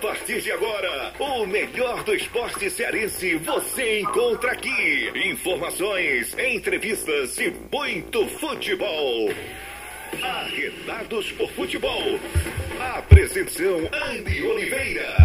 partir de agora, o melhor do esporte cearense você encontra aqui. Informações, entrevistas e muito futebol. Arredados por Futebol. Apresentação Andy Oliveira.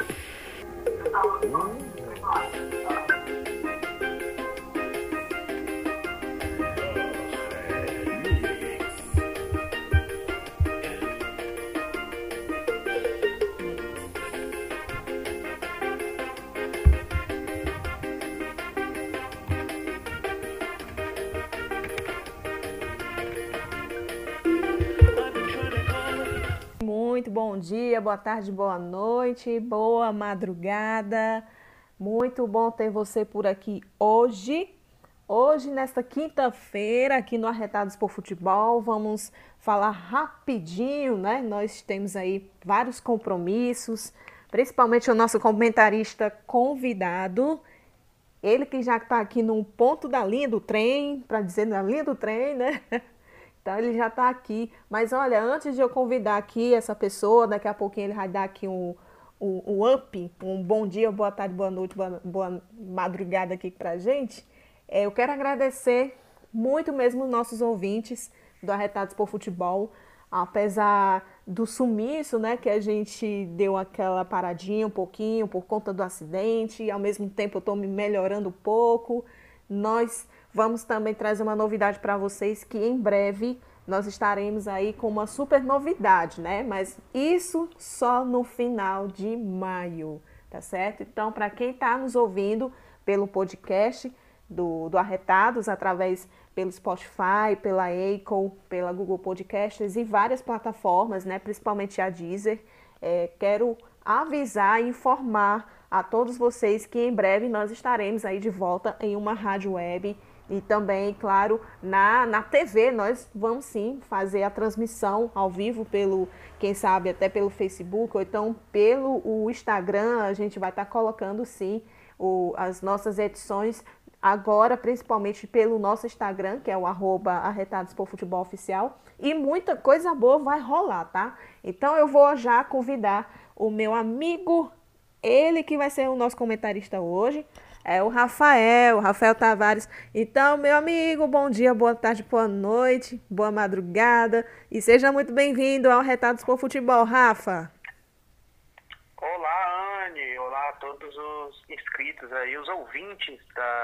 Muito bom dia, boa tarde, boa noite, boa madrugada. Muito bom ter você por aqui hoje. Hoje, nesta quinta-feira, aqui no Arretados por Futebol, vamos falar rapidinho, né? Nós temos aí vários compromissos, principalmente o nosso comentarista convidado. Ele que já está aqui no ponto da linha do trem, para dizer na linha do trem, né? Então ele já está aqui, mas olha, antes de eu convidar aqui essa pessoa, daqui a pouquinho ele vai dar aqui um up, um bom dia, boa tarde, boa noite, boa madrugada aqui pra gente. Eu quero agradecer muito mesmo os nossos ouvintes do Arretados por Futebol, apesar do sumiço, né, que a gente deu aquela paradinha um pouquinho por conta do acidente, e ao mesmo tempo eu estou me melhorando um pouco. Nós vamos também trazer uma novidade para vocês, que em breve nós estaremos aí com uma super novidade, né? Mas isso só no final de maio, tá certo? Então, para quem está nos ouvindo pelo podcast do Arretados, através pelo Spotify, pela Anchor, pela Google Podcasts e várias plataformas, né? Principalmente a Deezer, quero avisar e informar a todos vocês que em breve nós estaremos aí de volta em uma rádio web. E também, claro, na TV nós vamos sim fazer a transmissão ao vivo pelo, quem sabe, até pelo Facebook ou então pelo o Instagram. A gente vai estar colocando sim as nossas edições agora, principalmente pelo nosso Instagram, que é o @arretadosporfutebolOficial. E muita coisa boa vai rolar, tá? Então eu vou já convidar o meu amigo, ele que vai ser o nosso comentarista hoje, é o Rafael Tavares. Então, meu amigo, bom dia, boa tarde, boa noite, boa madrugada e seja muito bem-vindo ao Arretados por Futebol, Rafa. Olá, Anne, olá a todos os inscritos aí, os ouvintes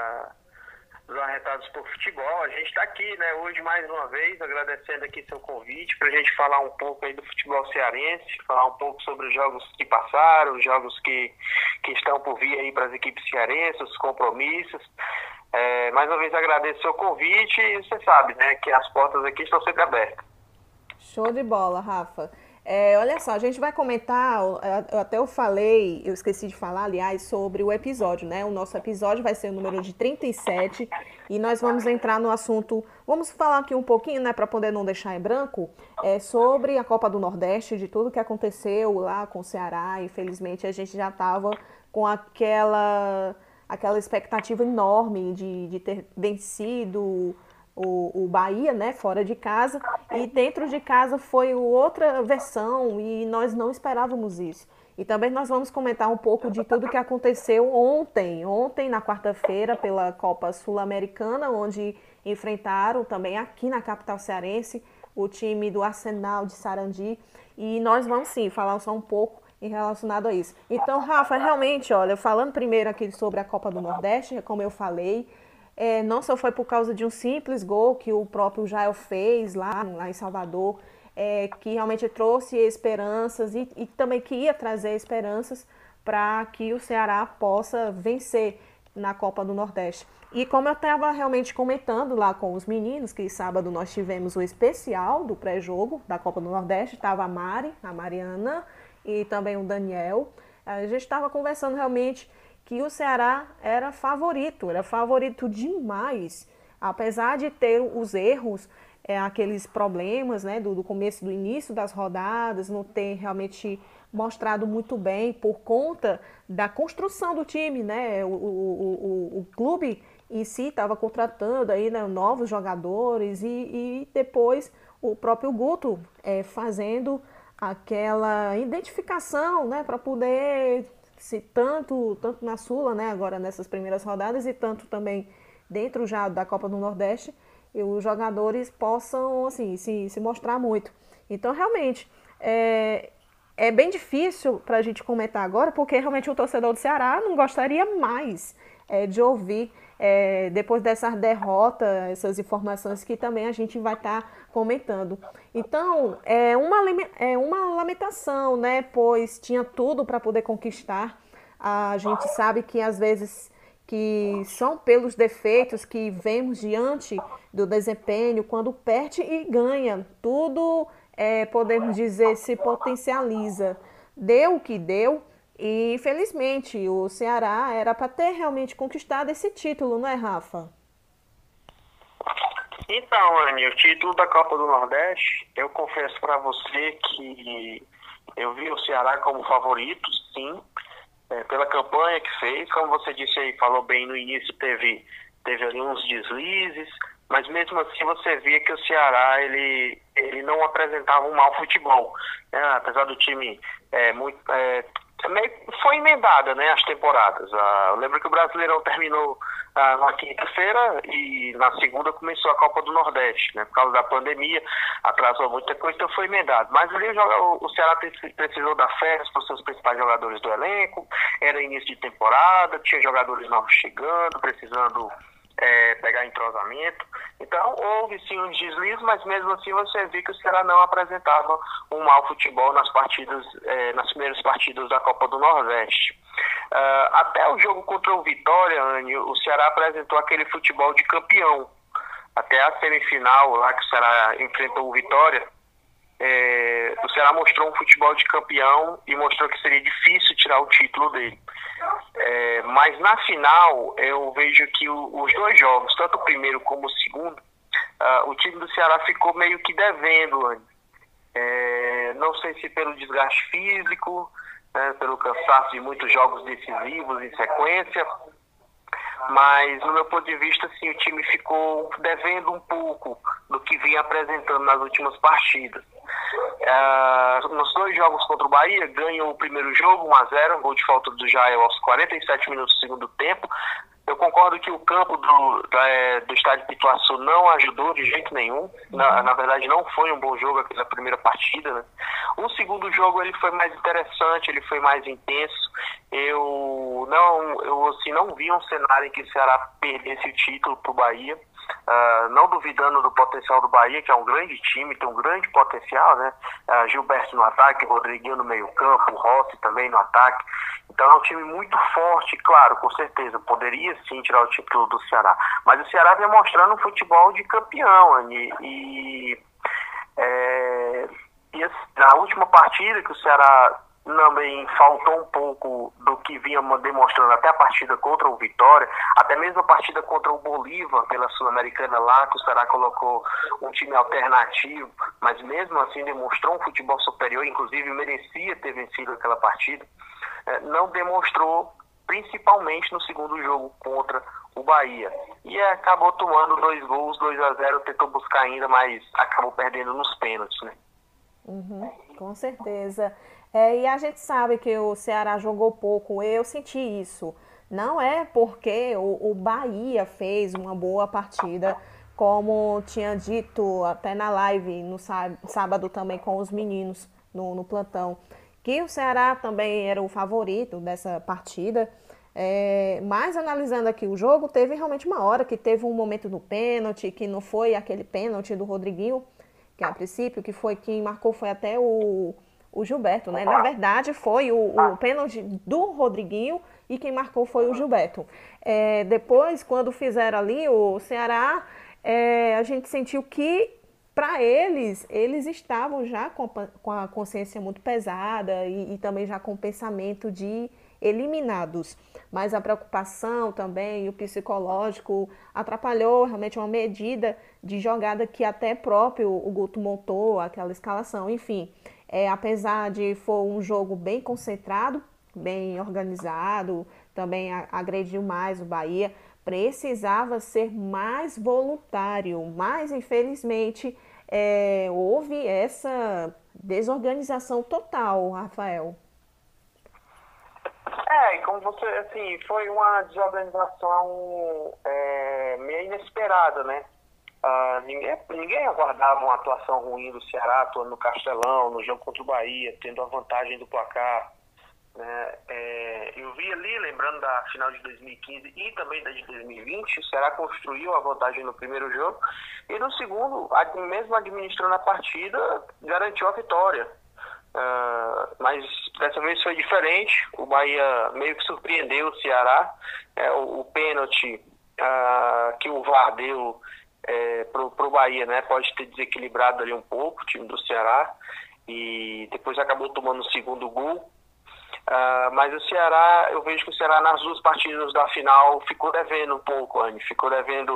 dos Arretados por Futebol. A gente está aqui, né, hoje mais uma vez, agradecendo aqui seu convite para a gente falar um pouco aí do futebol cearense, falar um pouco sobre os jogos que passaram, os jogos que estão por vir aí para as equipes cearenses, os compromissos. Mais uma vez agradeço o seu convite e você sabe, né, que as portas aqui estão sempre abertas. Show de bola, Rafa. Olha só, a gente vai comentar, eu falei, eu esqueci de falar, aliás, sobre o episódio, né? O nosso episódio vai ser o número de 37 e nós vamos entrar no assunto, vamos falar aqui um pouquinho, né, para poder não deixar em branco, sobre a Copa do Nordeste, de tudo que aconteceu lá com o Ceará. Infelizmente, a gente já estava com aquela expectativa enorme de ter vencido o Bahia, né, fora de casa, e dentro de casa foi outra versão e nós não esperávamos isso. E também nós vamos comentar um pouco de tudo que aconteceu ontem na quarta-feira pela Copa Sul-Americana, onde enfrentaram também aqui na capital cearense o time do Arsenal de Sarandi, e nós vamos sim falar só um pouco em relacionado a isso. Então, Rafa, realmente, olha, falando primeiro aqui sobre a Copa do Nordeste, como eu falei, não só foi por causa de um simples gol que o próprio Jael fez lá em Salvador, que realmente trouxe esperanças e também que ia trazer esperanças para que o Ceará possa vencer na Copa do Nordeste. E como eu estava realmente comentando lá com os meninos, que sábado nós tivemos o especial do pré-jogo da Copa do Nordeste, estava a Mariana e também o Daniel. A gente estava conversando realmente que o Ceará era favorito demais, apesar de ter os erros, aqueles problemas, né, do começo, do início das rodadas, não ter realmente mostrado muito bem por conta da construção do time, né? O clube em si estava contratando aí, né, novos jogadores e depois o próprio Guto fazendo aquela identificação, né, para poder, se tanto na Sula, né, agora nessas primeiras rodadas, e tanto também dentro já da Copa do Nordeste, e os jogadores possam assim, se mostrar muito. Então, realmente, é bem difícil para a gente comentar agora, porque realmente o torcedor do Ceará não gostaria mais de ouvir, depois dessa derrota, essas informações que também a gente vai estar comentando. Então, é uma lamentação, né? Pois tinha tudo para poder conquistar. A gente sabe que às vezes que são pelos defeitos que vemos diante do desempenho, quando perde e ganha, tudo, podemos dizer, se potencializa. Deu o que deu. E, infelizmente, o Ceará era para ter realmente conquistado esse título, não é, Rafa? Então, Anny, o título da Copa do Nordeste, eu confesso para você que eu vi o Ceará como favorito, sim, pela campanha que fez. Como você disse aí, falou bem no início, teve ali uns deslizes, mas mesmo assim você via que o Ceará ele não apresentava um mau futebol, né? Apesar do time foi emendada, né, as temporadas. Eu lembro que o Brasileirão terminou na quinta-feira e na segunda começou a Copa do Nordeste, né, por causa da pandemia, atrasou muita coisa, então foi emendado. Mas ali o Ceará precisou dar férias para os seus principais jogadores do elenco, era início de temporada, tinha jogadores novos chegando, precisando pegar entrosamento. Então houve sim uns deslizes, mas mesmo assim você viu que o Ceará não apresentava um mau futebol nas primeiras partidas da Copa do Nordeste. Até o jogo contra o Vitória, Anny, o Ceará apresentou aquele futebol de campeão. Até a semifinal lá que o Ceará enfrentou o Vitória, o Ceará mostrou um futebol de campeão e mostrou que seria difícil tirar o título dele. Mas na final eu vejo que os dois jogos, tanto o primeiro como o segundo, o time do Ceará ficou meio que devendo, Anny. Não sei se pelo desgaste físico, pelo cansaço de muitos jogos decisivos em sequência, mas no meu ponto de vista, assim, o time ficou devendo um pouco do que vinha apresentando nas últimas partidas. Nos dois jogos contra o Bahia, ganhou o primeiro jogo 1-0, gol de falta do Jael aos 47 minutos do segundo tempo. Eu concordo que o campo do estádio Pituaçu não ajudou de jeito nenhum. Na verdade, não foi um bom jogo aquela primeira partida, né? O segundo jogo ele foi mais interessante, ele foi mais intenso. Eu não vi um cenário em que o Ceará perdesse o título para o Bahia. Não duvidando do potencial do Bahia, que é um grande time, tem um grande potencial, né? Gilberto no ataque, Rodriguinho no meio campo, Rossi também no ataque. Então é um time muito forte, claro, com certeza, poderia sim tirar o título do Ceará. Mas o Ceará vem mostrando um futebol de campeão, Anny. E na última partida que o Ceará também faltou um pouco do que vinha demonstrando até a partida contra o Vitória, até mesmo a partida contra o Bolívar pela Sul-Americana lá, que o Ceará colocou um time alternativo, mas mesmo assim demonstrou um futebol superior, inclusive merecia ter vencido aquela partida. Não demonstrou, principalmente no segundo jogo contra o Bahia. E acabou tomando 2 gols, 2-0, tentou buscar ainda, mas acabou perdendo nos pênaltis, né? Com certeza. E a gente sabe que o Ceará jogou pouco, eu senti isso. Não é porque o Bahia fez uma boa partida, como tinha dito até na live no sábado também com os meninos no plantão, que o Ceará também era o favorito dessa partida. Mas analisando aqui o jogo, teve realmente uma hora que teve um momento do pênalti, que não foi aquele pênalti do Rodriguinho, que a princípio que foi quem marcou foi até o Gilberto, né? Na verdade foi o pênalti do Rodriguinho e quem marcou foi o Gilberto. Depois, quando fizeram ali o Ceará, a gente sentiu que para eles estavam já com a consciência muito pesada e também já com o pensamento de eliminados. Mas a preocupação também, o psicológico, atrapalhou realmente uma medida de jogada que até próprio o Guto montou, aquela escalação, enfim. Apesar de for um jogo bem concentrado, bem organizado, também agrediu mais o Bahia, precisava ser mais voluntário, mas infelizmente houve desorganização total, Rafael. E como você, assim, foi uma desorganização meio inesperada, né? Ninguém aguardava uma atuação ruim do Ceará, atuando no Castelão, no jogo contra o Bahia, tendo a vantagem do placar, né? Eu vi ali, lembrando da final de 2015 e também da de 2020, o Ceará construiu a vantagem no primeiro jogo e no segundo, mesmo administrando a partida, garantiu a vitória. Mas dessa vez foi diferente. O Bahia meio que surpreendeu o Ceará. O pênalti que o VAR deu pro Bahia, né, pode ter desequilibrado ali um pouco o time do Ceará, e depois acabou tomando o segundo gol. Mas o Ceará, eu vejo que o Ceará nas duas partidas da final ficou devendo um pouco, Anny. Ficou devendo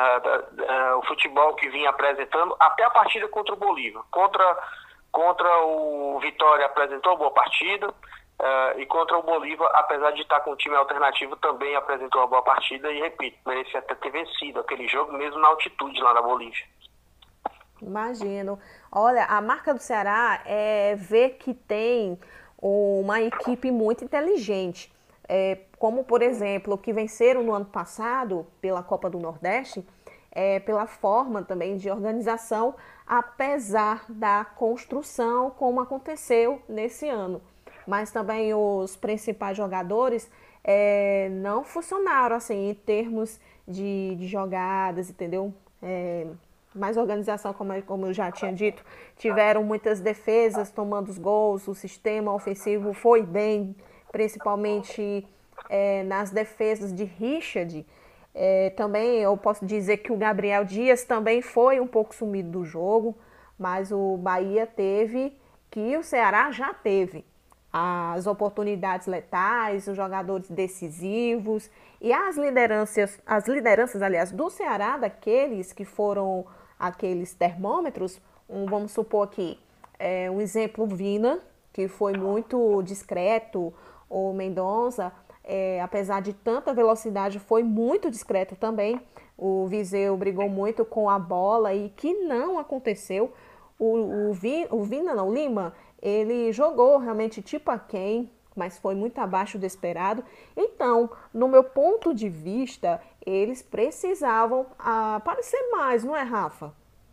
o futebol que vinha apresentando até a partida contra o Bolívar. Contra o Vitória apresentou boa partida, e contra o Bolívar, apesar de estar com um time alternativo, também apresentou uma boa partida e, repito, merecia até ter vencido aquele jogo mesmo na altitude lá na Bolívia. Imagino. Olha, a marca do Ceará é ver que tem uma equipe muito inteligente, como, por exemplo, que venceram no ano passado pela Copa do Nordeste, pela forma também de organização, apesar da construção, como aconteceu nesse ano. Mas também os principais jogadores não funcionaram assim em termos de jogadas, entendeu? Mais organização, como eu já tinha dito, tiveram muitas defesas tomando os gols, o sistema ofensivo foi bem, principalmente nas defesas de Richard. Também eu posso dizer que o Gabriel Dias também foi um pouco sumido do jogo, mas o Bahia teve, que o Ceará já teve, as oportunidades letais, os jogadores decisivos e as lideranças, aliás, do Ceará, daqueles que foram aqueles termômetros. Vamos supor aqui, um exemplo, o Vina, que foi muito discreto, o Mendonça, apesar de tanta velocidade, foi muito discreto também. O Viseu brigou muito com a bola e que não aconteceu. O Lima, ele jogou realmente tipo aquém, mas foi muito abaixo do esperado. Então, no meu ponto de vista, eles precisavam aparecer mais, não é, Rafa?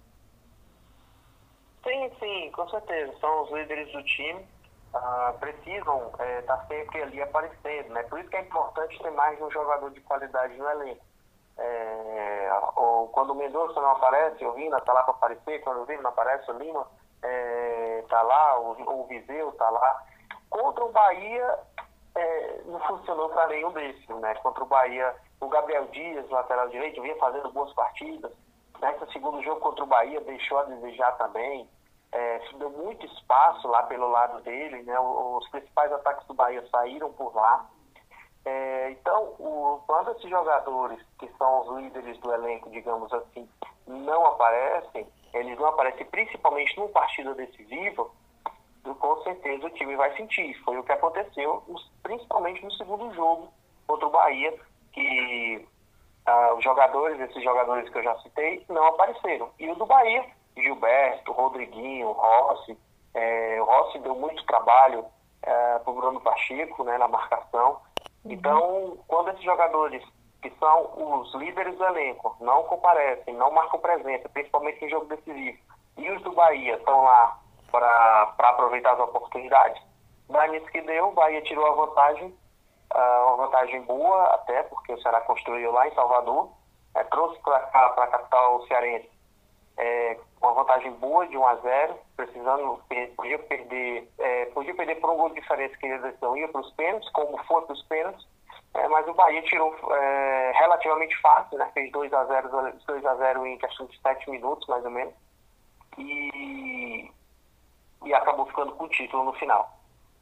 Sim, com certeza. São os líderes do time. Precisam estar sempre ali aparecendo, né? Por isso que é importante ter mais de um jogador de qualidade no elenco. Quando o Mendonça não aparece, o Vina está lá para aparecer. Quando o Vina não aparece, o Lima está lá, o Viseu está lá. Contra o Bahia, não funcionou para nenhum desses, né? Contra o Bahia, o Gabriel Dias, lateral direito, vinha fazendo boas partidas. Nesse segundo jogo contra o Bahia, deixou a desejar também. Se deu muito espaço lá pelo lado dele, né? Os principais ataques do Bahia saíram por lá. Então, quando esses jogadores, que são os líderes do elenco, digamos assim, não aparecem, eles não aparecem principalmente numa partida decisiva, com certeza o time vai sentir. Foi o que aconteceu, principalmente no segundo jogo contra o Bahia, que esses jogadores que eu já citei, não apareceram. E o do Bahia, Gilberto, Rodriguinho, Rossi. O Rossi deu muito trabalho para o Bruno Pacheco, né, na marcação. Então, quando esses jogadores, que são os líderes do elenco, não comparecem, não marcam presença, principalmente em jogo decisivo, e os do Bahia estão lá para aproveitar as oportunidades, nisso que deu, o Bahia tirou a vantagem, uma vantagem boa até, porque o Ceará construiu lá em Salvador, trouxe para cá, para a capital cearense, uma vantagem boa de 1-0, podia perder por um gol de diferença, que a decisão ia para os pênaltis, como foi para os pênaltis, mas o Bahia tirou relativamente fácil, né? Fez 2-0 em questão de 7 minutos, mais ou menos, e acabou ficando com o título no final.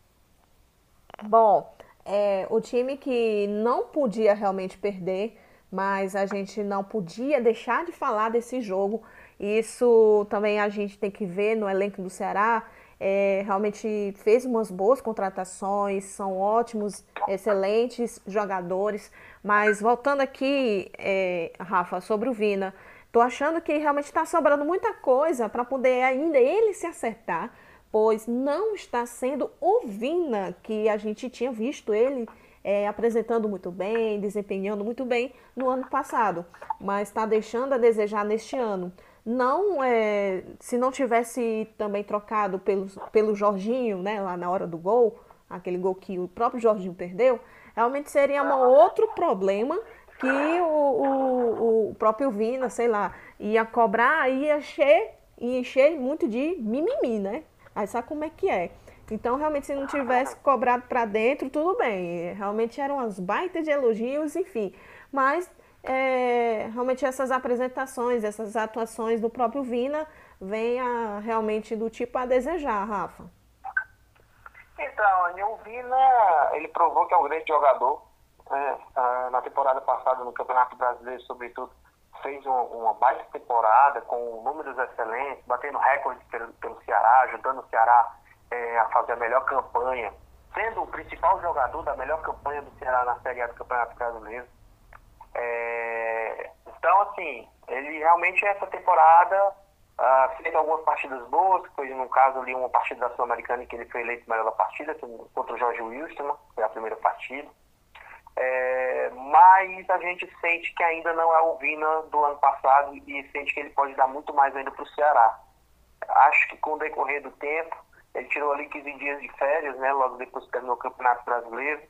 Bom, o time que não podia realmente perder, mas a gente não podia deixar de falar desse jogo. Isso também a gente tem que ver no elenco do Ceará. Realmente fez umas boas contratações, são ótimos, excelentes jogadores. Mas voltando aqui, Rafa, sobre o Vina, tô achando que realmente está sobrando muita coisa para poder ainda ele se acertar, pois não está sendo o Vina que a gente tinha visto ele apresentando muito bem, desempenhando muito bem no ano passado, mas está deixando a desejar neste ano. Não, se não tivesse também trocado pelo Jorginho, né, lá na hora do gol, aquele gol que o próprio Jorginho perdeu, realmente seria um outro problema que o próprio Vina, sei lá, ia cobrar, ia encher muito de mimimi, né? Aí sabe como é que é. Então, realmente, se não tivesse cobrado para dentro, tudo bem. Realmente eram umas baitas de elogios, enfim. Mas, realmente, essas apresentações, essas atuações do próprio Vina, vêm realmente do tipo a desejar, Rafa. Então, o Vina, ele provou que é um grande jogador. Na temporada passada, no Campeonato Brasileiro, sobretudo, fez uma baita temporada, com números excelentes, batendo recordes pelo Ceará, ajudando o Ceará a fazer a melhor campanha, sendo o principal jogador da melhor campanha do Ceará na Série A do Campeonato Brasileiro. Então, assim, ele realmente, essa temporada, fez algumas partidas boas, foi, no caso, ali, uma partida da Sul-Americana em que ele foi eleito melhor da partida, contra o Jorge Wilstermann, foi a primeira partida. Mas a gente sente que ainda não é o Vina do ano passado e sente que ele pode dar muito mais ainda para o Ceará. Acho que com o decorrer do tempo, ele tirou ali 15 dias de férias, né, logo depois que terminou o Campeonato Brasileiro.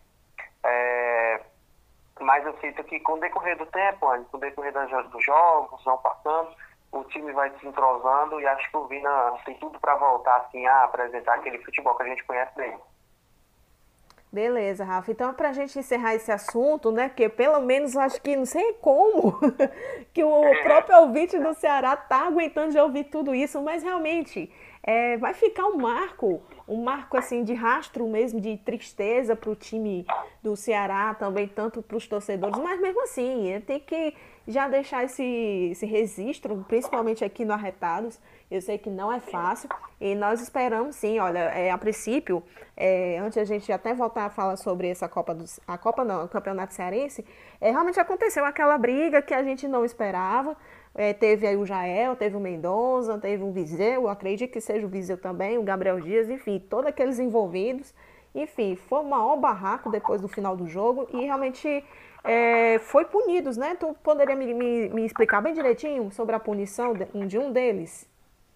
Mas eu sinto que com o decorrer do tempo, com o decorrer dos jogos, vão passando, o time vai se entrosando e acho que o Vina tem tudo para voltar assim, a apresentar aquele futebol que a gente conhece dele. Beleza, Rafa. Então, para a gente encerrar esse assunto, né? Porque pelo menos eu acho que não sei como que o próprio ouvinte do Ceará tá aguentando de ouvir tudo isso, mas realmente vai ficar um marco assim de rastro mesmo, de tristeza para o time do Ceará, também tanto para os torcedores, mas mesmo assim, tem que já deixar esse registro, principalmente aqui no Arretados. Eu sei que não é fácil e nós esperamos sim, olha, a princípio, antes a gente até voltar a falar sobre essa o Campeonato Cearense, realmente aconteceu aquela briga que a gente não esperava. Teve aí o Jael, teve o Mendonça, teve o Viseu, eu acredito que seja o Viseu também, o Gabriel Dias, enfim, todos aqueles envolvidos. Enfim, foi um maior barraco depois do final do jogo e realmente foi punidos, né? Tu poderia me explicar bem direitinho sobre a punição de um deles?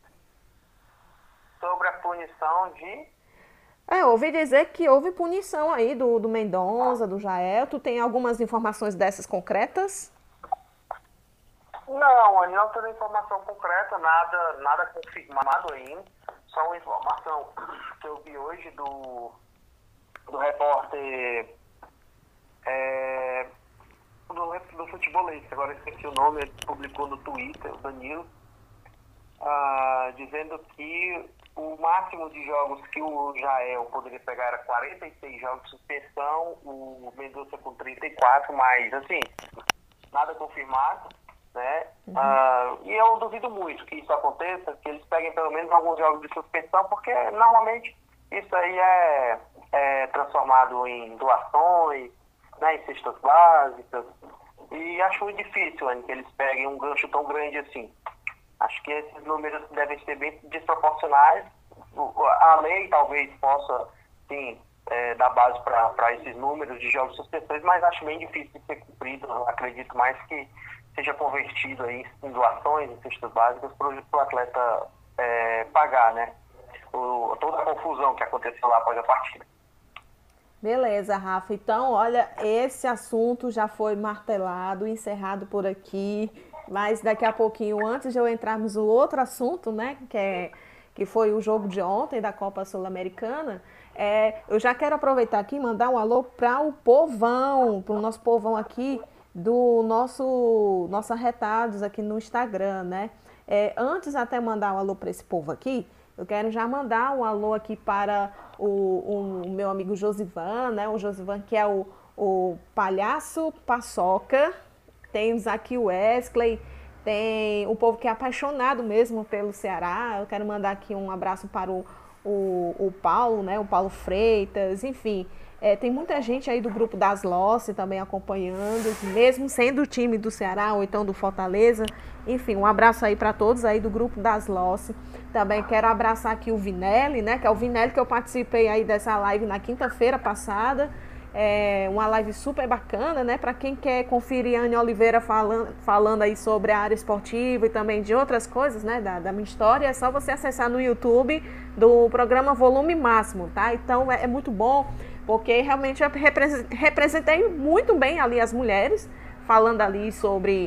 Sobre a punição de... ouvi dizer que houve punição aí do Mendonça, do Jael. Tu tem algumas informações dessas concretas? Não, não tenho informação concreta, nada confirmado ainda. Só uma informação que eu vi hoje do repórter do futebolista, agora esqueci o nome, ele publicou no Twitter, o Danilo, dizendo que o máximo de jogos que o Jael poderia pegar era 46 jogos de suspensão, o Mendonça com 34, mas assim, nada confirmado, né? E eu duvido muito que isso aconteça, que eles peguem pelo menos alguns jogos de suspensão, porque normalmente isso aí é transformado em doações, né, em cestas básicas, e acho muito difícil, Anny, que eles peguem um gancho tão grande assim. Acho que esses números devem ser bem desproporcionais. A lei talvez possa, sim, dar base para esses números de jogos de suspensões, mas acho bem difícil de ser cumprido. Acredito mais que seja convertido aí em doações, em cestas básicas, para o atleta pagar, né? Toda a confusão que aconteceu lá após a partida. Beleza, Rafa. Então, olha, esse assunto já foi martelado, encerrado por aqui. Mas daqui a pouquinho, antes de eu entrarmos no outro assunto, né, que foi o jogo de ontem da Copa Sul-Americana, eu já quero aproveitar aqui e mandar um alô para o povão, para o nosso povão aqui do nosso Arretados aqui no Instagram, né? Antes até mandar um alô para esse povo aqui, eu quero já mandar um alô aqui para o meu amigo Josivan, né? O Josivan que é o Palhaço Paçoca. Tem o Zaki Wesley, tem o povo que é apaixonado mesmo pelo Ceará. Eu quero mandar aqui um abraço para o Paulo, né? O Paulo Freitas, enfim. Tem muita gente aí do grupo das Losses também acompanhando, mesmo sendo o time do Ceará ou então do Fortaleza. Enfim, um abraço aí para todos aí do grupo das Losses. Também quero abraçar aqui o Vinelli, né? Que é o Vinelli que eu participei aí dessa live na quinta-feira passada. Uma live super bacana, né? Para quem quer conferir a Anne Oliveira falando aí sobre a área esportiva e também de outras coisas, né? Da minha história, é só você acessar no YouTube do programa Volume Máximo, tá? Então é muito bom, porque realmente eu representei muito bem ali as mulheres, falando ali sobre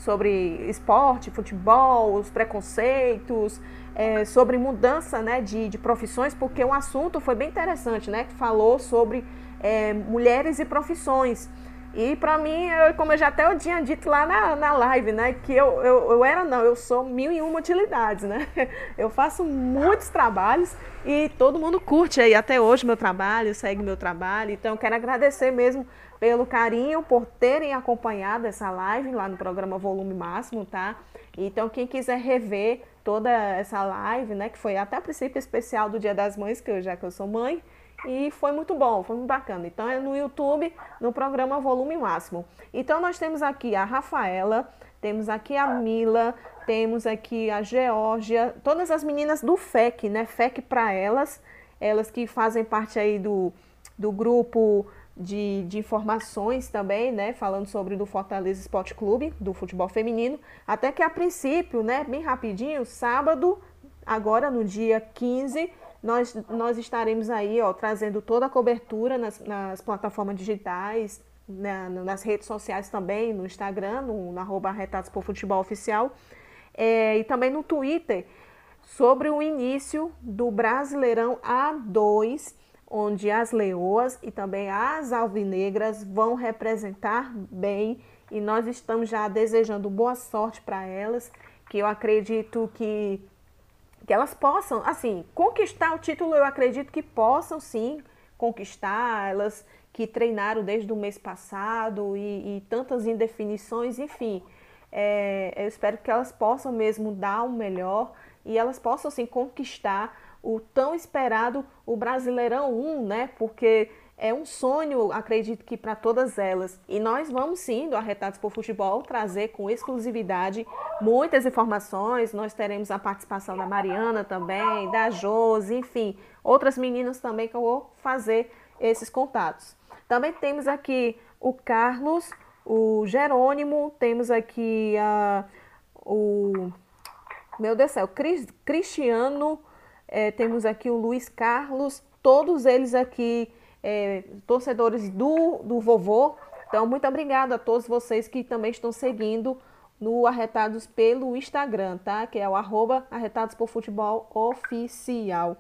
esporte, futebol, os preconceitos, sobre mudança, né, de profissões, porque o assunto foi bem interessante, né? Que falou sobre mulheres e profissões. E para mim, como eu já até tinha dito lá na live, né, que eu sou 1001 utilidades, né? Eu faço muitos trabalhos e todo mundo curte aí até hoje meu trabalho, segue meu trabalho. Então, eu quero agradecer mesmo pelo carinho, por terem acompanhado essa live lá no programa Volume Máximo, tá? Então, quem quiser rever toda essa live, né, que foi até a princípio especial do Dia das Mães, já que eu sou mãe, e foi muito bom, foi muito bacana. Então é no YouTube, no programa Volume Máximo. Então nós temos aqui a Rafaela, temos aqui a Mila, temos aqui a Geórgia, todas as meninas do FEC, né? FEC para elas que fazem parte aí do grupo de informações também, né? Falando sobre do Fortaleza Esporte Clube, do futebol feminino. Até que a princípio, né? Bem rapidinho, sábado, agora no dia 15, nós estaremos aí, trazendo toda a cobertura nas plataformas digitais, nas redes sociais também, no Instagram, no @arretadosporfutebol_oficial, e também no Twitter, sobre o início do Brasileirão A2, onde as leoas e também as alvinegras vão representar bem, e nós estamos já desejando boa sorte para elas, que eu acredito que elas possam, assim, conquistar o título. Eu acredito que possam, sim, conquistar. Elas que treinaram desde o mês passado e tantas indefinições, enfim. Eu espero que elas possam mesmo dar o melhor e elas possam, assim, conquistar o tão esperado, o Brasileirão 1, né? Porque é um sonho, acredito que para todas elas. E nós vamos sim, do Arretados por Futebol, trazer com exclusividade muitas informações. Nós teremos a participação da Mariana também, da Josi, enfim, outras meninas também que eu vou fazer esses contatos. Também temos aqui o Carlos, o Jerônimo, temos aqui meu Deus do céu, Cristiano, temos aqui o Luiz Carlos, todos eles aqui torcedores do vovô. Então, muito obrigada a todos vocês que também estão seguindo no Arretados pelo Instagram, tá? Que é o @arretadosporfutebol_oficial.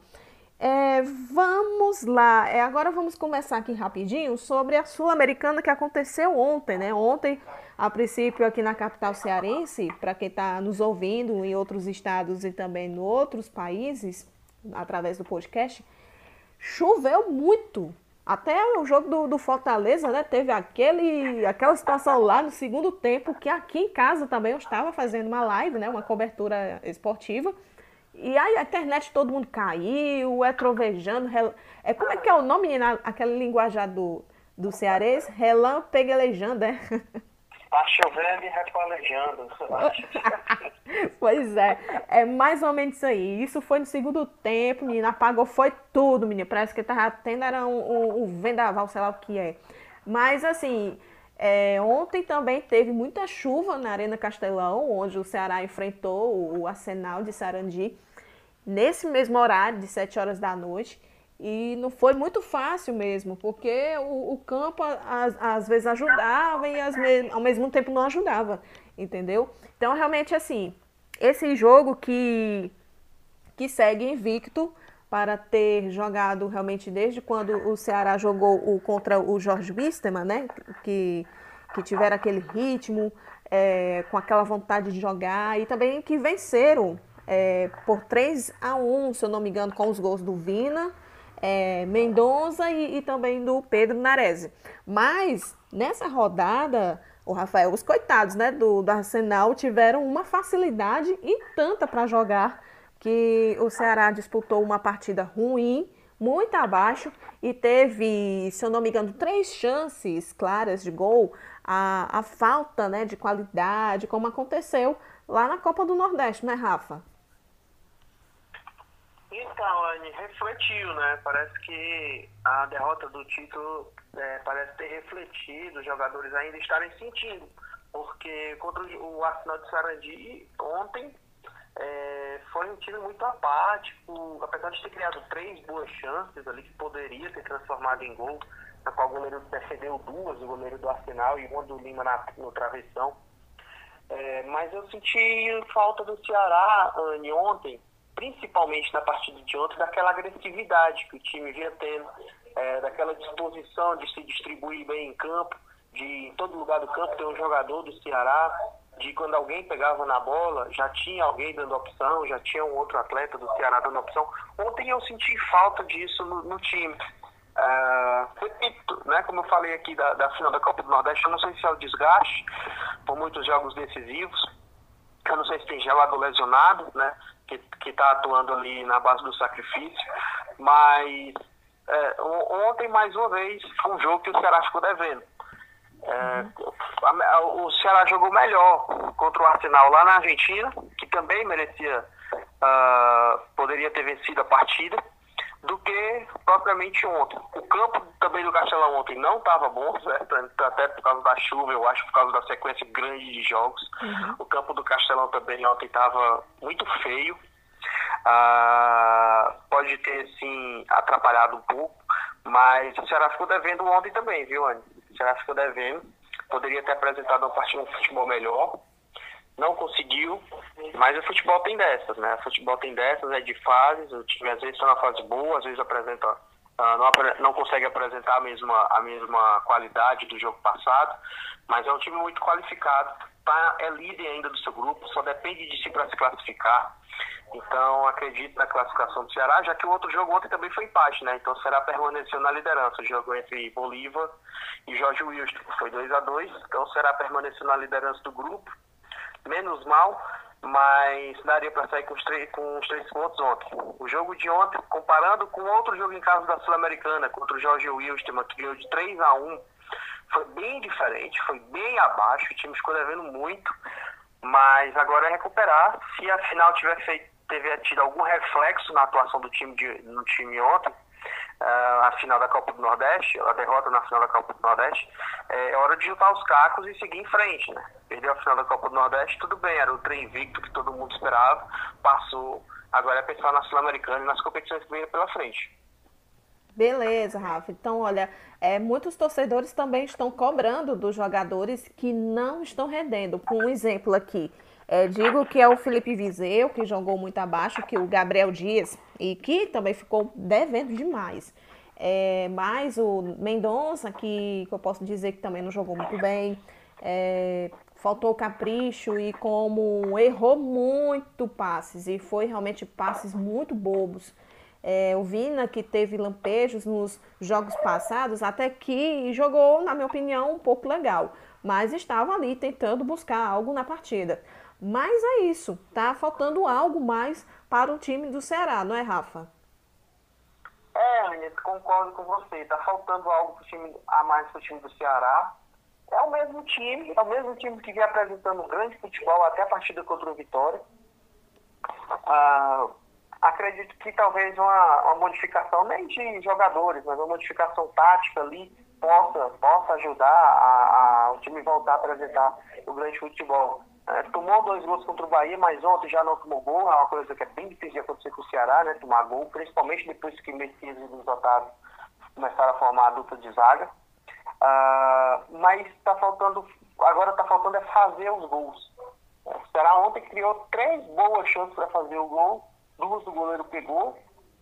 Vamos lá, agora vamos começar aqui rapidinho sobre a Sul-Americana que aconteceu ontem, né? Ontem, a princípio, aqui na capital cearense, para quem está nos ouvindo em outros estados e também em outros países, através do podcast, choveu muito. Até o jogo do Fortaleza, né, teve aquela situação lá no segundo tempo, que aqui em casa também eu estava fazendo uma live, né, uma cobertura esportiva, e aí a internet todo mundo caiu, trovejando, como é que é o nome, menina, aquele linguajar do cearense? Relampeguelejando, né? Tá chovendo e repalejando. Pois é mais ou menos isso aí. Isso foi no segundo tempo, menina, apagou, foi tudo, menina. Parece que tava tendo, era um vendaval, sei lá o que é. Mas, assim, ontem também teve muita chuva na Arena Castelão, onde o Ceará enfrentou o Arsenal de Sarandi, nesse mesmo horário, de 7 horas da noite. E não foi muito fácil mesmo, porque o campo às vezes ajudava e ao mesmo tempo não ajudava, entendeu? Então, realmente, assim, esse jogo que segue invicto para ter jogado realmente desde quando o Ceará jogou contra o Jorge Wilstermann, né? Que tiveram aquele ritmo, com aquela vontade de jogar e também que venceram por 3-1, se eu não me engano, com os gols do Vina, Mendonça e também do Pedro Nares. Mas nessa rodada, o Rafael, os coitados, né, do Arsenal tiveram uma facilidade e tanta para jogar, que o Ceará disputou uma partida ruim, muito abaixo e teve, se eu não me engano, 3 chances claras de gol. A falta, né, de qualidade, como aconteceu lá na Copa do Nordeste, né, Rafa? Então, Anne, refletiu, né? Parece que a derrota do título parece ter refletido, os jogadores ainda estarem sentindo, porque contra o Arsenal de Sarandi ontem foi um time muito apático, apesar de ter criado 3 boas chances ali que poderia ter transformado em gol, na qual o goleiro defendeu 2, o goleiro do Arsenal e uma do Lima no travessão. Mas eu senti falta do Ceará, Anne, ontem, principalmente na partida de ontem, daquela agressividade que o time vinha tendo, daquela disposição de se distribuir bem em campo, de em todo lugar do campo ter um jogador do Ceará, de quando alguém pegava na bola, já tinha alguém dando opção, já tinha um outro atleta do Ceará dando opção. Ontem eu senti falta disso no time. Repito, né, como eu falei aqui da final da Copa do Nordeste, eu não sei se é o desgaste por muitos jogos decisivos, eu não sei se tem jogador lesionado, né, que está atuando ali na base do sacrifício, mas ontem, mais uma vez, foi um jogo que o Ceará ficou devendo. O Ceará jogou melhor contra o Arsenal lá na Argentina, que também merecia, poderia ter vencido a partida, do que propriamente ontem. O campo também do Castelão ontem não estava bom, certo? Até por causa da chuva, eu acho, por causa da sequência grande de jogos. O campo do Castelão também ontem estava muito feio. Pode ter, sim, atrapalhado um pouco, mas o Ceará ficou devendo ontem também, viu, Anny? O Ceará ficou devendo. Poderia ter apresentado uma partida, um futebol melhor. Não conseguiu, mas o futebol tem dessas, né? O futebol tem dessas, é de fases. O time às vezes está na fase boa, às vezes apresenta, não consegue apresentar a mesma qualidade do jogo passado, mas é um time muito qualificado, é líder ainda do seu grupo, só depende de si para se classificar. Então acredito na classificação do Ceará, já que o outro jogo ontem também foi empate, né? Então o Ceará permaneceu na liderança. O jogo entre Bolívar e Jorge Wilson foi 2-2, então o Ceará permaneceu na liderança do grupo. Menos mal, mas daria para sair com os 3 pontos ontem. O jogo de ontem, comparando com outro jogo em casa da Sul-Americana, contra o Jorge Wilstermann, que ganhou de 3-1, foi bem diferente, foi bem abaixo, o time ficou devendo muito, mas agora é recuperar. Se a final tiver tido algum reflexo na atuação do no time ontem, a final da Copa do Nordeste, a derrota na final da Copa do Nordeste, é hora de juntar os cacos e seguir em frente, né? Perdeu a final da Copa do Nordeste, tudo bem, era o trem invicto que todo mundo esperava, passou, agora é pensar na Sul-Americana e nas competições que vêm pela frente. Beleza, Rafa. Então, olha, muitos torcedores também estão cobrando dos jogadores que não estão rendendo. Por um exemplo aqui, digo que é o Felipe Viseu, que jogou muito abaixo, que o Gabriel Dias, e que também ficou devendo demais. Mas o Mendonça, que eu posso dizer que também não jogou muito bem, faltou capricho e como errou muito passes, e foi realmente passes muito bobos. O Vina, que teve lampejos nos jogos passados, até que jogou, na minha opinião, um pouco legal, mas estava ali tentando buscar algo na partida. Mas é isso, tá faltando algo mais para o time do Ceará, não é, Rafa? Anitta, concordo com você, tá faltando algo a mais para o time do Ceará. É o mesmo time que vem apresentando um grande futebol até a partida contra o Vitória. Acredito que talvez uma modificação, nem de jogadores, mas uma modificação tática ali possa ajudar o time voltar a apresentar o grande futebol. Tomou 2 gols contra o Bahia, mas ontem já não tomou gol. É uma coisa que é bem difícil de acontecer com o Ceará, né? Tomar gol, principalmente depois que Messias e Luiz Otávio começaram a formar a dupla de zaga. Mas agora está faltando é fazer os gols. O Ceará ontem criou 3 boas chances para fazer o gol, 2 do goleiro pegou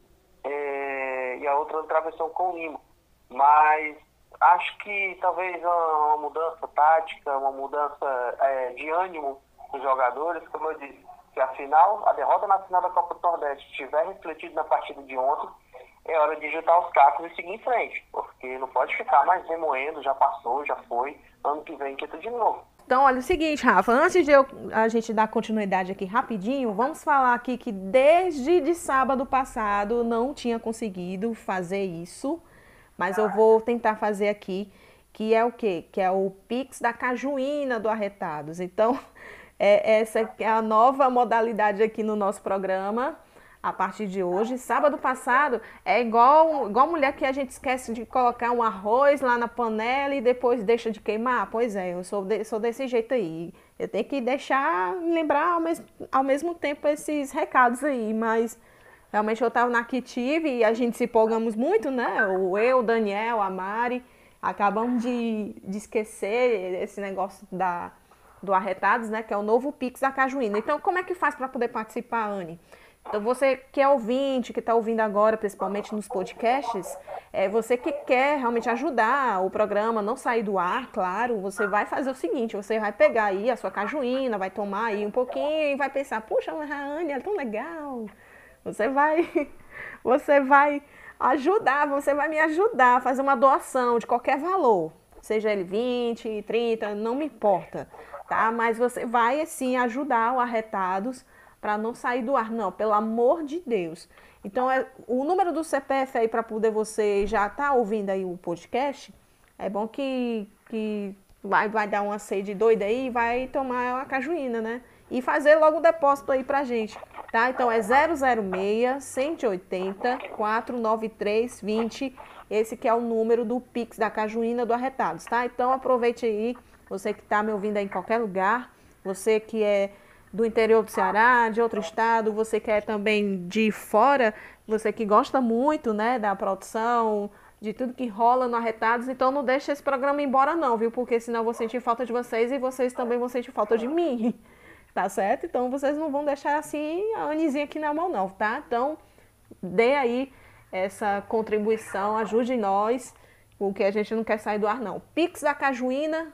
e a outra travessão com o Lima. Mas acho que talvez uma mudança tática, uma mudança de ânimo dos jogadores, como eu disse, se a derrota na final da Copa do Nordeste tiver refletido na partida de ontem, é hora de juntar os cacos e seguir em frente, porque não pode ficar mais remoendo, já passou, já foi, ano que vem quita de novo. Então, olha o seguinte, Rafa, antes de a gente dar continuidade aqui rapidinho, vamos falar aqui que desde de sábado passado não tinha conseguido fazer isso, mas eu vou tentar fazer aqui, que é o quê? Que é o Pix da Cajuína do Arretados. Então, essa é a nova modalidade aqui no nosso programa. A partir de hoje, sábado passado, é igual mulher que a gente esquece de colocar um arroz lá na panela e depois deixa de queimar. Pois é, eu sou desse jeito aí. Eu tenho que deixar, lembrar ao mesmo tempo esses recados aí, mas realmente eu estava na Quitive e a gente se empolgamos muito, né? Eu, o Daniel, a Mari, acabamos de esquecer esse negócio do Arretados, né? Que é o novo Pix da Cajuína. Então, como é que faz para poder participar, Anne? Então, você que é ouvinte, que está ouvindo agora, principalmente nos podcasts, você que quer realmente ajudar o programa, não sair do ar, claro, você vai fazer o seguinte, você vai pegar aí a sua cajuína, vai tomar aí um pouquinho e vai pensar, puxa, a Anne, ela é tão legal. Você vai ajudar, você vai me ajudar a fazer uma doação de qualquer valor, seja ele 20, 30, não me importa, tá? Mas você vai, assim, ajudar o Arretados para não sair do ar, não, pelo amor de Deus. Então, o número do CPF aí para poder você já estar ouvindo aí o podcast, é bom que vai dar uma sede doida aí e vai tomar uma cajuína, né? E fazer logo o depósito aí pra gente, tá? Então, é 006-180-493-20, esse que é o número do Pix da Cajuína do Arretados, tá? Então, aproveite aí, você que tá me ouvindo aí em qualquer lugar, você que é do interior do Ceará, de outro estado, você que é também de fora, você que gosta muito, né, da produção, de tudo que rola no Arretados, então não deixa esse programa embora não, viu? Porque senão eu vou sentir falta de vocês e vocês também vão sentir falta de mim, tá certo? Então vocês não vão deixar assim a Anizinha aqui na mão não, tá? Então dê aí essa contribuição, ajude nós, porque a gente não quer sair do ar não. Pix da Cajuína,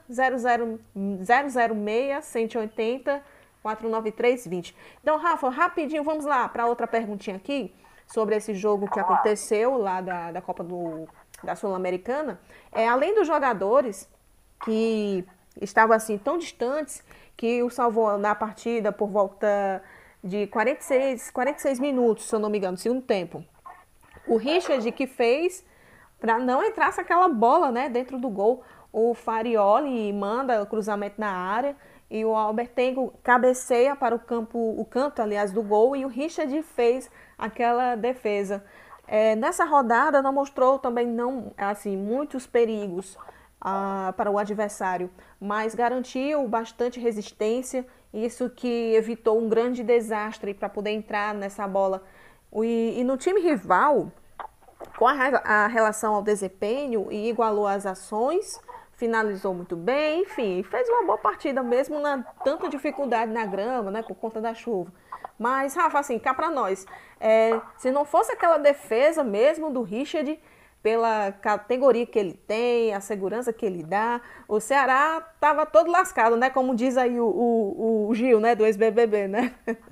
006-180 493-20. Então, Rafa, rapidinho, vamos lá para outra perguntinha aqui sobre esse jogo que aconteceu lá da Copa da Sul-Americana. Além dos jogadores que estavam assim tão distantes, que o salvou na partida por volta de 46 minutos, se eu não me engano, segundo tempo. O Richard que fez para não entrasse aquela bola, né, dentro do gol. O Farioli manda o cruzamento na área e o Albertengo cabeceia para o canto, aliás, do gol, e o Richard fez aquela defesa. Nessa rodada não mostrou também muitos perigos para o adversário, mas garantiu bastante resistência, isso que evitou um grande desastre para poder entrar nessa bola. E no time rival, com a relação ao desempenho, e igualou as ações, finalizou muito bem, enfim, fez uma boa partida mesmo na tanta dificuldade na grama, né, por conta da chuva. Mas, Rafa, assim, cá pra nós, se não fosse aquela defesa mesmo do Richard, pela categoria que ele tem, a segurança que ele dá, o Ceará tava todo lascado, né, como diz aí o Gil, né, do ex-BBB, né?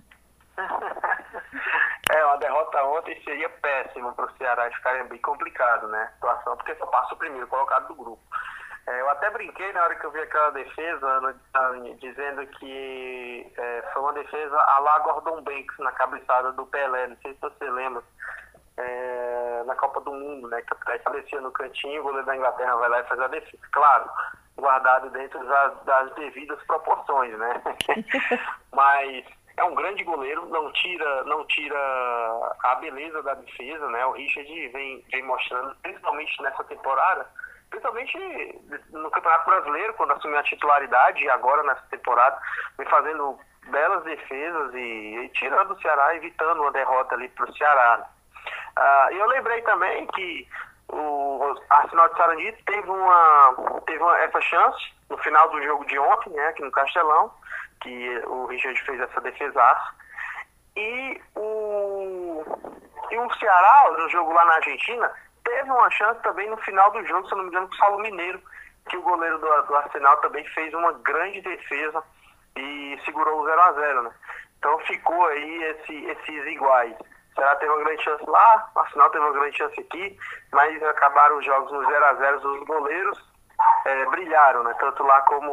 Uma derrota ontem seria péssima para o Ceará, ficaria bem complicado, né, a situação, porque só passa o primeiro colocado do grupo. Eu até brinquei na hora que eu vi aquela defesa, dizendo que foi uma defesa à la Gordon Banks, na cabeçada do Pelé, não sei se você lembra, na Copa do Mundo, né, que aparecia no cantinho, o goleiro da Inglaterra vai lá e faz a defesa. Claro, guardado dentro das devidas proporções, né? Mas é um grande goleiro, não tira a beleza da defesa, né? O Richard vem mostrando, principalmente nessa temporada, principalmente no Campeonato Brasileiro, quando assumiu a titularidade, e agora nessa temporada, vem fazendo belas defesas e tirando o Ceará, evitando uma derrota ali para o Ceará. E eu lembrei também que o Arsenal de Sarandi teve essa chance no final do jogo de ontem, né, aqui no Castelão, que o Richard fez essa defesaça. E o Ceará, no jogo lá na Argentina, teve uma chance também no final do jogo, se eu não me engano, com o Saulo Mineiro, que o goleiro do Arsenal também fez uma grande defesa e segurou o 0-0, né? Então ficou aí esses iguais. O Ceará teve uma grande chance lá, o Arsenal teve uma grande chance aqui, mas acabaram os jogos no 0-0, os goleiros brilharam, né? Tanto lá como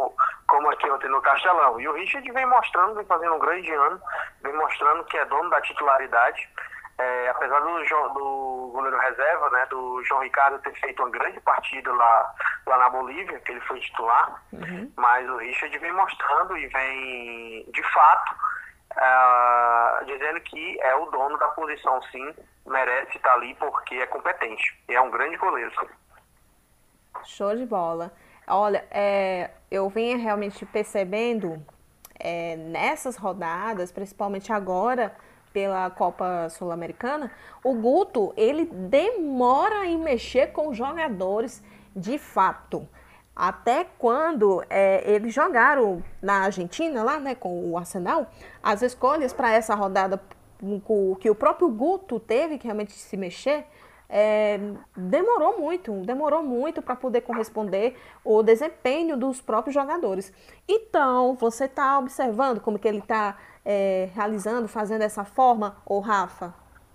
como aqui ontem no Castelão. E o Richard vem mostrando, vem fazendo um grande ano, vem mostrando que é dono da titularidade. Apesar do goleiro reserva, né, do João Ricardo ter feito uma grande partida lá na Bolívia, que ele foi titular, mas o Richard vem mostrando e vem, de fato, dizendo que é o dono da posição, sim, merece estar ali porque é competente. E é um grande goleiro, sim. Show de bola. Olha, eu venho realmente percebendo nessas rodadas, principalmente agora pela Copa Sul-Americana, o Guto, ele demora em mexer com os jogadores de fato. Até quando eles jogaram na Argentina, lá, né, com o Arsenal, as escolhas para essa rodada que o próprio Guto teve que realmente se mexer, demorou muito para poder corresponder o desempenho dos próprios jogadores. Então, você está observando como que ele está realizando, fazendo dessa forma, ô Rafa?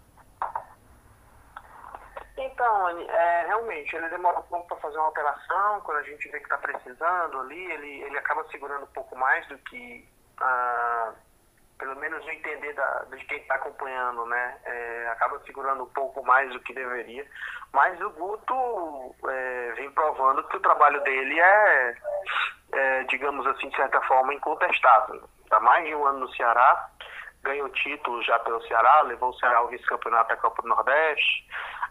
Então, realmente, ele demora um pouco para fazer uma alteração. Quando a gente vê que está precisando ali, ele acaba segurando um pouco mais do que, pelo menos no entender de quem está acompanhando, né? Acaba segurando um pouco mais do que deveria. Mas o Guto vem provando que o trabalho dele digamos assim, de certa forma, incontestável. Está mais de um ano no Ceará, ganhou título já pelo Ceará, levou o Ceará ao vice-campeonato da Copa do Nordeste.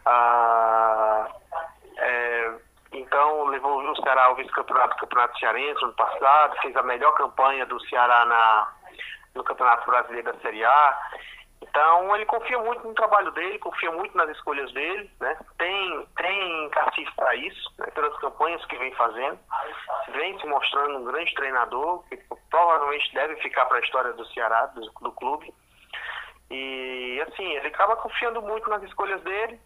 Então, levou o Ceará ao vice-campeonato do Campeonato Cearense no ano passado, fez a melhor campanha do Ceará no Campeonato Brasileiro da Série A. Então, ele confia muito no trabalho dele, confia muito nas escolhas dele, né? Tem cacife para isso, né? Pelas campanhas que vem fazendo. Vem se mostrando um grande treinador, que provavelmente deve ficar para a história do Ceará, do clube. E, assim, ele acaba confiando muito nas escolhas dele.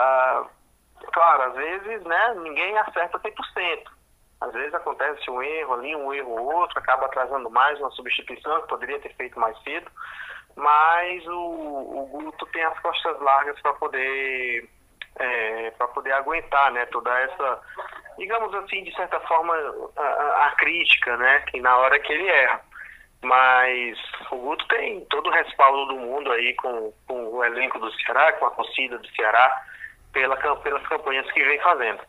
Claro, às vezes, né, ninguém acerta 100%. Às vezes acontece um erro ali, um erro ou outro, acaba atrasando mais uma substituição que poderia ter feito mais cedo. Mas o Guto tem as costas largas para poder aguentar, né, toda essa, digamos assim, de certa forma, a crítica, né, que na hora que ele erra. Mas o Guto tem todo o respaldo do mundo aí com o elenco do Ceará, com a torcida do Ceará, pelas campanhas que vem fazendo.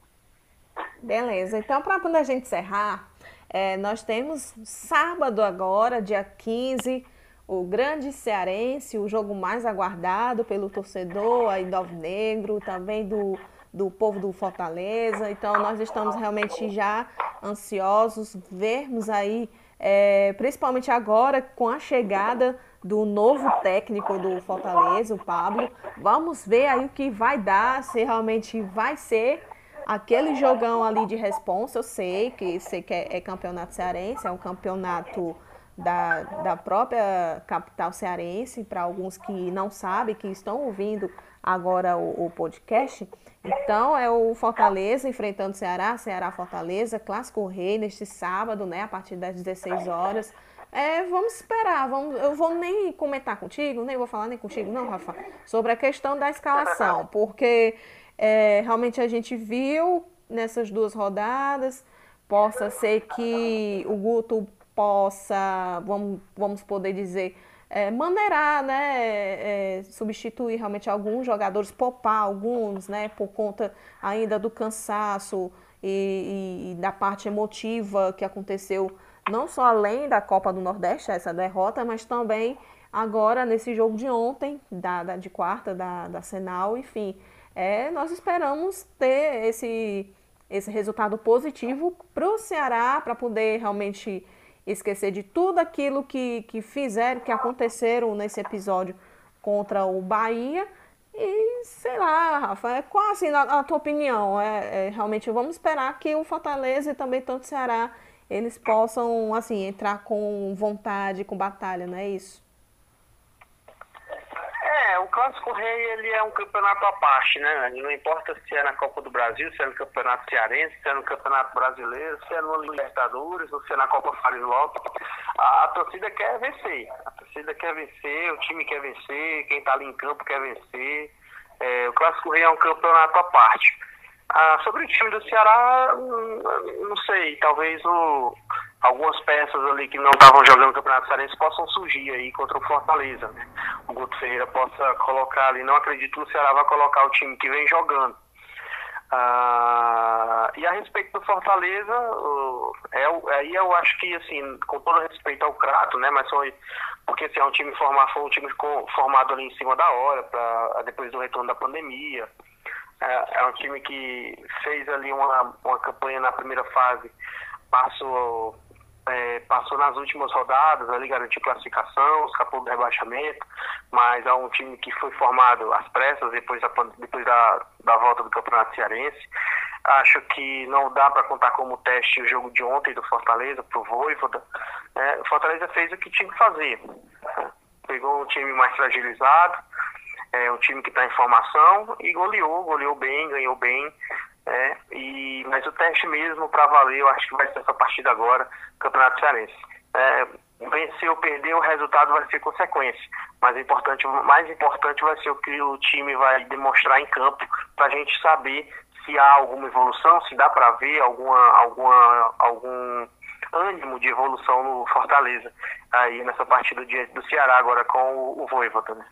Beleza, então para a gente encerrar, nós temos sábado agora, dia 15, o grande cearense, o jogo mais aguardado pelo torcedor aí do Alvinegro, também do povo do Fortaleza. Então nós estamos realmente já ansiosos, vermos aí, principalmente agora com a chegada do novo técnico do Fortaleza, o Pablo. Vamos ver aí o que vai dar, se realmente vai ser aquele jogão ali de responsa. Eu sei que é campeonato cearense, é um campeonato da própria capital cearense, para alguns que não sabem, que estão ouvindo agora o podcast. Então, é o Fortaleza enfrentando o Ceará, Ceará-Fortaleza, Clássico Rei, neste sábado, né, a partir das 16 horas. Vamos esperar, eu vou nem comentar contigo, nem vou falar nem contigo, não, Rafa, sobre a questão da escalação, porque realmente a gente viu nessas duas rodadas, possa ser que o Guto possa, vamos poder dizer, maneirar, né, substituir realmente alguns jogadores, poupar alguns, né, por conta ainda do cansaço e da parte emotiva que aconteceu, não só além da Copa do Nordeste, essa derrota, mas também agora nesse jogo de ontem, de quarta, da Senal, enfim. Nós esperamos ter esse resultado positivo para o Ceará, para poder realmente esquecer de tudo aquilo que fizeram, que aconteceram nesse episódio contra o Bahia. E sei lá, Rafa, qual assim, a tua opinião? Realmente vamos esperar que o Fortaleza e também tanto o Ceará, eles possam assim, entrar com vontade, com batalha, não é isso? O Clássico Rei, ele é um campeonato à parte, né? Não importa se é na Copa do Brasil, se é no Campeonato Cearense, se é no Campeonato Brasileiro, se é no Libertadores, ou se é na Copa Fares Lopes. A torcida quer vencer. A torcida quer vencer, o time quer vencer, quem está ali em campo quer vencer. O Clássico Rei é um campeonato à parte. Sobre o time do Ceará, não sei, talvez algumas peças ali que não estavam jogando no Campeonato Cearense possam surgir aí contra o Fortaleza, né? O Guto Ferreira possa colocar ali, não acredito que o Ceará vai colocar o time que vem jogando. E a respeito do Fortaleza, aí eu acho que, assim, com todo respeito ao Crato, né, mas foi porque assim, foi um time formado ali em cima da hora, depois do retorno da pandemia. É um time que fez ali uma campanha na primeira fase, passou nas últimas rodadas, ali garantiu classificação, escapou do rebaixamento, mas é um time que foi formado às pressas depois da volta do Campeonato Cearense. Acho que não dá para contar como teste o jogo de ontem do Fortaleza para o Vojvoda. O Fortaleza fez o que tinha que fazer. Pegou um time mais fragilizado, um time que está em formação e goleou bem, ganhou bem. Mas o teste mesmo para valer, eu acho que vai ser essa partida agora, Campeonato Cearense. Vencer ou perder, o resultado vai ser consequência. Mas mais importante vai ser o que o time vai demonstrar em campo, para a gente saber se há alguma evolução, se dá para ver algum ânimo de evolução no Fortaleza, aí nessa partida diante do Ceará agora com o Vojvoda, né?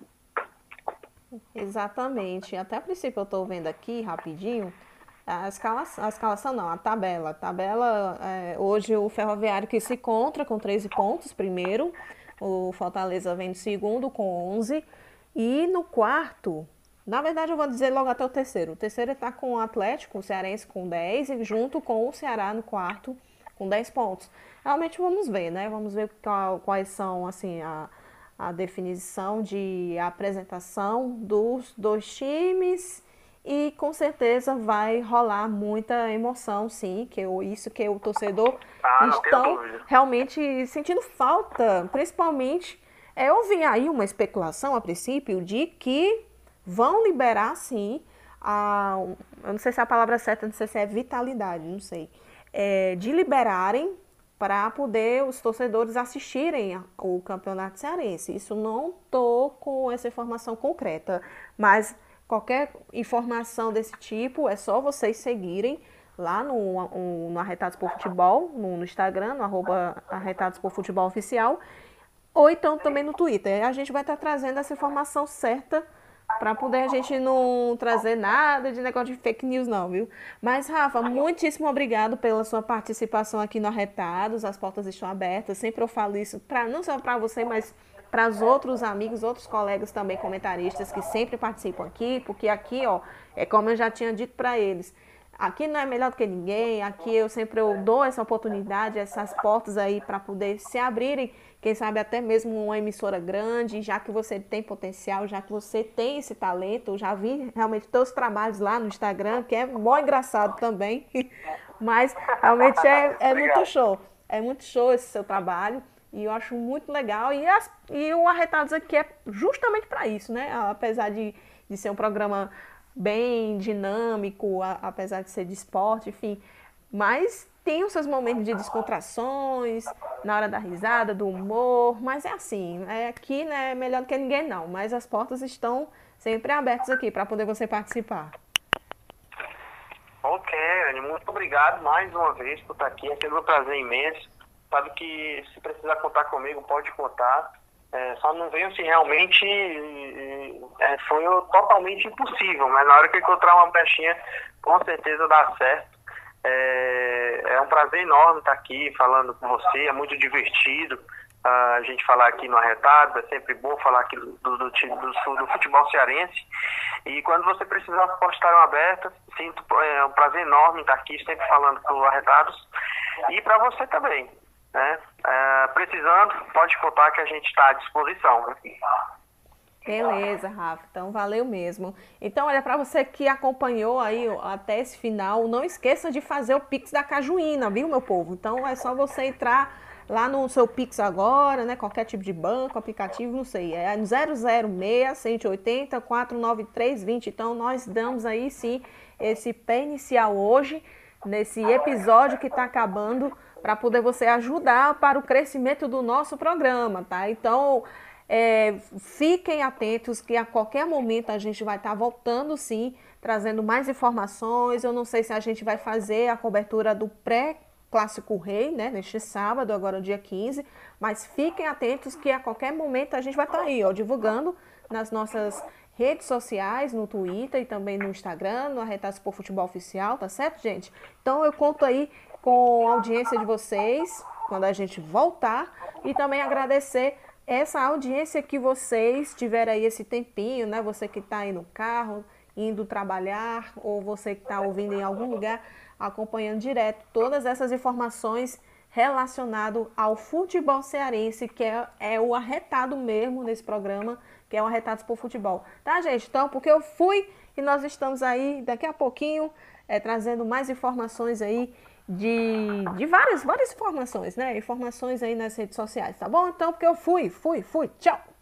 Exatamente. Até a princípio eu estou vendo aqui rapidinho a escalação não, a tabela. A tabela, hoje o Ferroviário que se encontra com 13 pontos, primeiro. O Fortaleza vem de segundo com 11. E no quarto, na verdade eu vou dizer logo até o terceiro. O terceiro está com o Atlético, o Cearense com 10, e junto com o Ceará no quarto com 10 pontos. Realmente vamos ver, né? Vamos ver quais são, assim, a definição de apresentação dos dois times. E com certeza vai rolar muita emoção, sim, isso que o torcedor estão realmente sentindo falta, principalmente, eu vi aí uma especulação a princípio de que vão liberar, sim, eu não sei se é a palavra certa, não sei se é vitalidade, não sei, de liberarem para poder os torcedores assistirem o Campeonato Cearense. Isso não estou com essa informação concreta, mas qualquer informação desse tipo é só vocês seguirem lá no Arretados por Futebol, no Instagram, no @ArretadosporFutebolOficial, ou então também no Twitter. A gente vai estar trazendo essa informação certa para poder a gente não trazer nada de negócio de fake news não, viu? Mas, Rafa, muitíssimo obrigado pela sua participação aqui no Arretados. As portas estão abertas. Sempre eu falo isso, não só para você, mas para os outros amigos, outros colegas também comentaristas que sempre participam aqui, porque aqui, ó, é como eu já tinha dito para eles, aqui não é melhor do que ninguém, aqui eu dou essa oportunidade, essas portas aí para poder se abrirem, quem sabe até mesmo uma emissora grande, já que você tem potencial, já que você tem esse talento. Eu já vi realmente teus trabalhos lá no Instagram, que é mó engraçado também, mas realmente é muito show, esse seu trabalho. E eu acho muito legal. E o Arretados aqui é justamente para isso, né? Apesar de ser um programa bem dinâmico, apesar de ser de esporte, enfim. Mas tem os seus momentos de descontrações, na hora da risada, do humor. Mas é assim, aqui não é melhor do que ninguém não. Mas as portas estão sempre abertas aqui para poder você participar. Ok, Anny, muito obrigado mais uma vez por estar aqui. É sempre um prazer imenso. Sabe que se precisar contar comigo, pode contar. Só não veio se realmente foi totalmente impossível, mas na hora que eu encontrar uma brechinha, com certeza dá certo. É um prazer enorme estar aqui falando com você, é muito divertido a gente falar aqui no Arretados, é sempre bom falar aqui do futebol cearense. E quando você precisar, as portas estarão abertas. É um prazer enorme estar aqui, sempre falando com o Arretados. E para você também. Precisando, pode contar que a gente está à disposição. Né? Beleza, Rafa. Então, valeu mesmo. Então, olha, para você que acompanhou aí até esse final, não esqueça de fazer o Pix da Cajuína, viu, meu povo? Então, é só você entrar lá no seu Pix agora, né? Qualquer tipo de banco, aplicativo, não sei. É 006-180-493-20. Então, nós damos aí, sim, esse pé inicial hoje, nesse episódio que está acabando, para poder você ajudar para o crescimento do nosso programa, tá? Então, fiquem atentos que a qualquer momento a gente vai estar voltando, sim, trazendo mais informações. Eu não sei se a gente vai fazer a cobertura do Clássico Rei, né, neste sábado, agora dia 15, mas fiquem atentos que a qualquer momento a gente vai estar aí, ó, divulgando nas nossas redes sociais, no Twitter e também no Instagram, no Arretados por Futebol Oficial, tá certo, gente? Então eu conto aí com a audiência de vocês quando a gente voltar e também agradecer essa audiência que vocês tiveram aí esse tempinho, né? Você que está aí no carro, indo trabalhar, ou você que está ouvindo em algum lugar, acompanhando direto todas essas informações relacionado ao futebol cearense, que é o arretado mesmo nesse programa, que é o Arretados por Futebol. Tá, gente? Então, porque eu fui e nós estamos aí daqui a pouquinho trazendo mais informações aí de várias informações, né? Informações aí nas redes sociais, tá bom? Então, porque eu fui. Tchau!